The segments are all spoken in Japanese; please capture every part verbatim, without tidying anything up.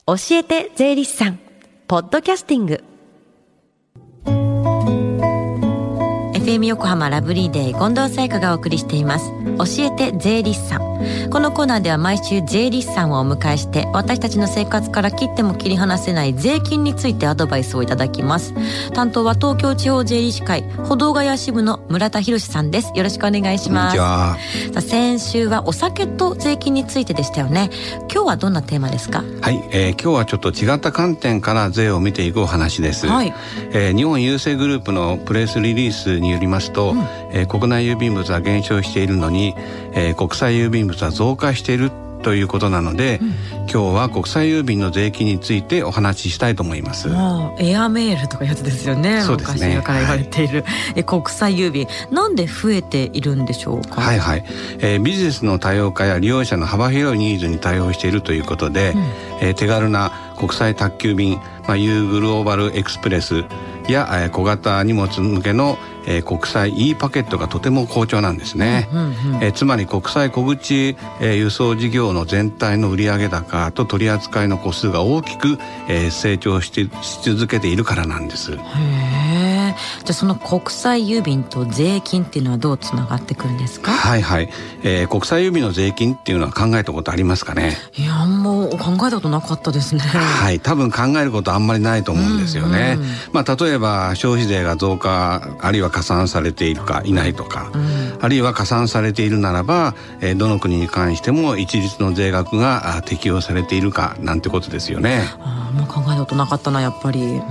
教えて税理士さんポッドキャスティング。 エフエム 横浜ラブリーデー近藤沙耶香がお送りしています、教えて税理士さん。このコーナーでは毎週税理士さんをお迎えして、私たちの生活から切っても切り離せない税金についてアドバイスをいただきます。担当は東京地方税理士会歩道ヶ谷支部の村田博さんです。よろしくお願いします。 こんにちは。 さあ、先週はお酒と税金についてでしたよね。今日はどんなテーマですか？ はい、えー、今日はちょっと違った観点から税を見ていくお話です。 はい、 えー、日本郵政グループのプレスリリースによりますと、うん、えー、国内郵便物は減少しているのに、えー、国際郵便物は増加しているということなので、うん、今日は国際郵便の税金についてお話ししたいと思います。 ああ、エアメールとかやつですよね。 そうですね、 昔から言われている、はい、え国際郵便なんで増えているんでしょうか？ はいはい、えー、ビジネスの多様化や利用者の幅広いニーズに対応しているということで、うん、えー、手軽な国際宅急便、まあ、ユーグローバルエクスプレスや、えー、小型荷物向けの、えー、国際 e パケットがとても好調なんですね。うんうんうん、えー、つまり国際小口、えー、輸送事業の全体の売上高と取り扱いの個数が大きく、えー、成長してし続けているからなんです。 へえ。じゃあその国際郵便と税金っていうのはどうつながってくるんですか？ はいはい、えー、国際郵便の税金っていうのは考えたことありますかね？ いや、もう考えたことなかったですね。 はい、多分考えることあんまりないと思うんですよね。うんうん、まあ、例えば消費税が増加あるいは加算されているかいないとか、うん、あるいは加算されているならば、えー、どの国に関しても一律の税額が適用されているかなんてことですよね。 あ、もう考えたことなかったな、やっぱり。うん、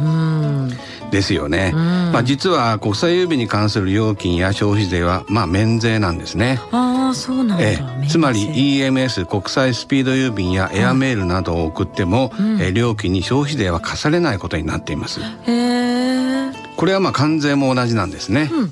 ですよね。 うん、まあ、実は国際郵便に関する料金や消費税は、まあ、免税なんですね。 ああ、そうなんだ。えー、つまり イーエムエス 国際スピード郵便やエアメールなどを送っても、うん、えー、料金に消費税は課されないことになっています。 へえ。 これはまあ関税も同じなんですね。うんうんうん、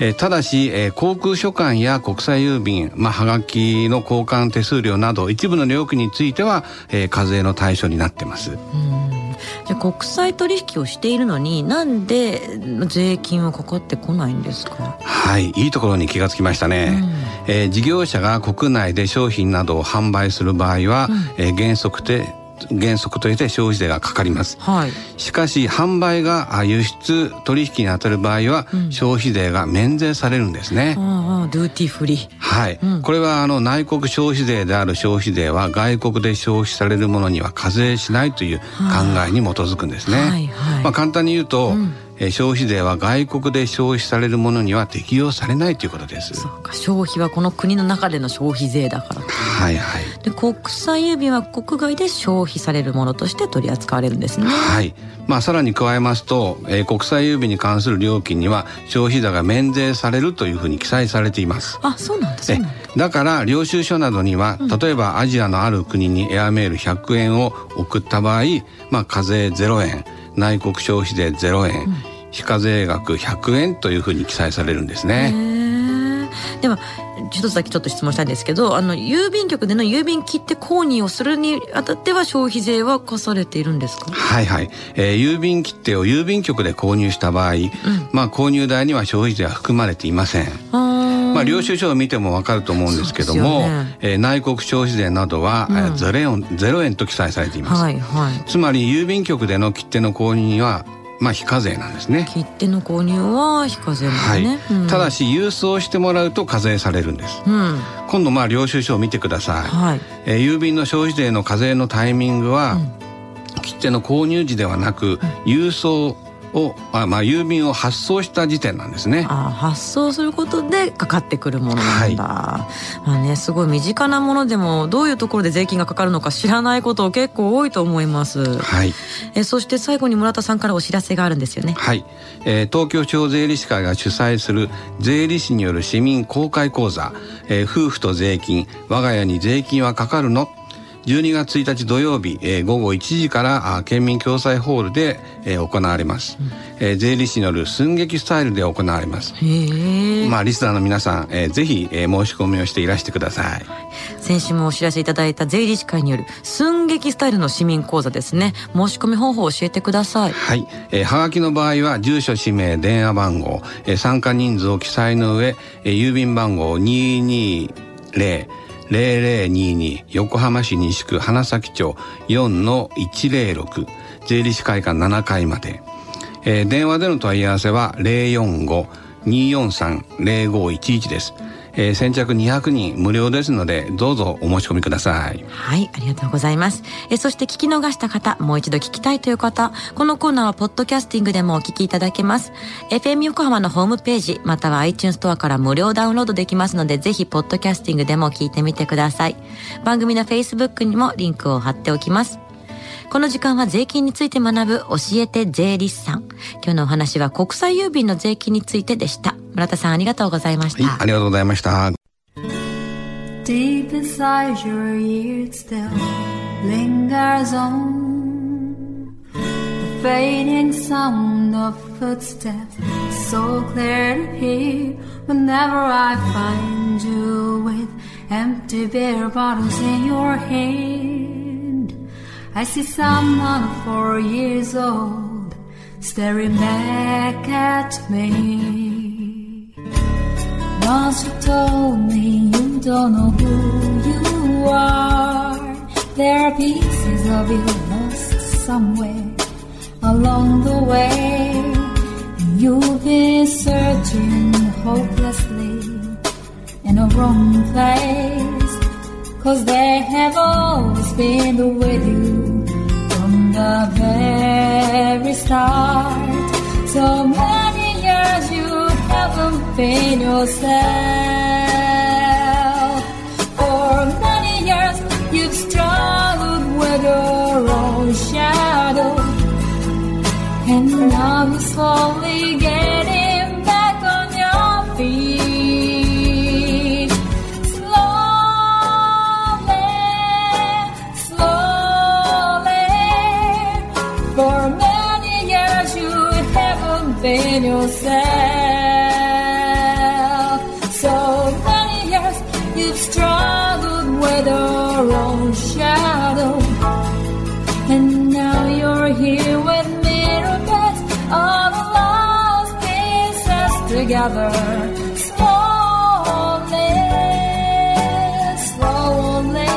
えー、ただし、えー、航空書簡や国際郵便、まあ、はがきの交換手数料など一部の料金については、えー、課税の対象になってます。うん、 じゃあ国際取引をしているのになんで税金はかかってこないんですか？ はい、いいところに気がつきましたね。うん、えー、事業者が国内で商品などを販売する場合は、うん、えー、原則で原則として消費税がかかります。はい、しかし販売が輸出取引に当たる場合は、うん、消費税が免税されるんですね。 ああ、ドゥーティーフリー。 はい、うん、これはあの内国消費税である消費税は外国で消費されるものには課税しないという考えに基づくんですね。はいはい、まあ、簡単に言うと、うん、消費税は外国で消費されるものには適用されないということです。 そうか、消費はこの国の中での消費税だから。 はいはい。 で、国際郵便は国外で消費されるものとして取り扱われるんですね。 はい。まあ、さらに加えますと、えー、国際郵便に関する料金には消費税が免税されるというふうに記載されています。 あ、そうなんだ、そうなんだ。 だから領収書などには、うん、例えばアジアのある国にエアメールひゃくえんを送った場合、まあ、課税ゼロえん、内国消費税ゼロえん、うん、非課税額ひゃくえんというふうに記載されるんですね。 へー。では一つだけちょっと質問したいんですけど、あの郵便局での郵便切手購入をするにあたっては消費税は課されているんですか？ はいはい、えー、郵便切手を郵便局で購入した場合、うん、まあ、購入代には消費税は含まれていません。あ、まあ、領収書を見ても分かると思うんですけども、ね、えー、内国消費税などは、うん、ゼロえん、ゼロえんと記載されています。はいはい、つまり郵便局での切手の購入にはまあ、非課税なんですね。 切手の購入は非課税なんですね。はい、うん、ただし郵送してもらうと課税されるんです。うん、今度まあ領収書を見てください。はい、えー、郵便の消費税の課税のタイミングは、うん、切手の購入時ではなく、うん、郵送をあ、まあ、郵便を発送した時点なんですね。 あ、発送することでかかってくるものなんだ。はい、まあね、すごい身近なものでもどういうところで税金がかかるのか知らないこと結構多いと思います。はい、えそして最後に村田さんからお知らせがあるんですよね。 はい、えー、東京地方税理士会が主催する税理士による市民公開講座、えー、夫婦と税金、我が家に税金はかかるの、じゅうにがつついたち土曜日、えー、午後いちじから県民共済ホールで、えー、行われます。うん、えー、税理士による寸劇スタイルで行われます。へー、まあ、リスナーの皆さん、えー、ぜひ、えー、申し込みをしていらしてください。 先週もお知らせいただいた税理士会による寸劇スタイルの市民講座ですね。申し込み方法を教えてください。 はい、えー、はがきの場合は住所、氏名、電話番号、えー、参加人数を記載の上、えー、郵便番号にーにーぜろゼロゼロにに横浜市西区花咲町 よんのいちゼロろく 税理士会館ななかいまで、えー、電話での問い合わせは ゼロよんご によんさん ゼロごいちいち です。えー、先着にひゃくにん無料ですので、どうぞお申し込みください。 はい、ありがとうございます。えー、そして聞き逃した方、もう一度聞きたいという方、このコーナーはポッドキャスティングでもお聞きいただけます。 エフエム 横浜のホームページまたは iTunes ストアから無料ダウンロードできますので、ぜひポッドキャスティングでも聞いてみてください。番組の Facebook にもリンクを貼っておきます。この時間は税金について学ぶ教えて税理士さん。今日のお話は国際郵便の税金についてでした。村田さん、ありがとうございました。 はい、ありがとうございました。 Deep inside your ears still lingers on the fading sound of footsteps, so clear to hear whenever I find you with empty beer bottles in your hand. I see someone four years old staring back at me.Once you told me you don't know who you are. There are pieces of you lost somewhere along the way. You've been searching hopelessly in a wrong place, 'cause they have always been with you from the very start. So many years you haven't been yourself. For many years you've struggled with your own shadow, and now you're slowly getting back on your feet. Slowly, slowly. For many years you haven't been yourself.So many years you've struggled with your own shadow, and now you're here with mirrors, all the lost pieces together. Slowly, slowly,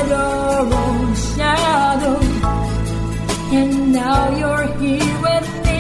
slowly.And now you're here with me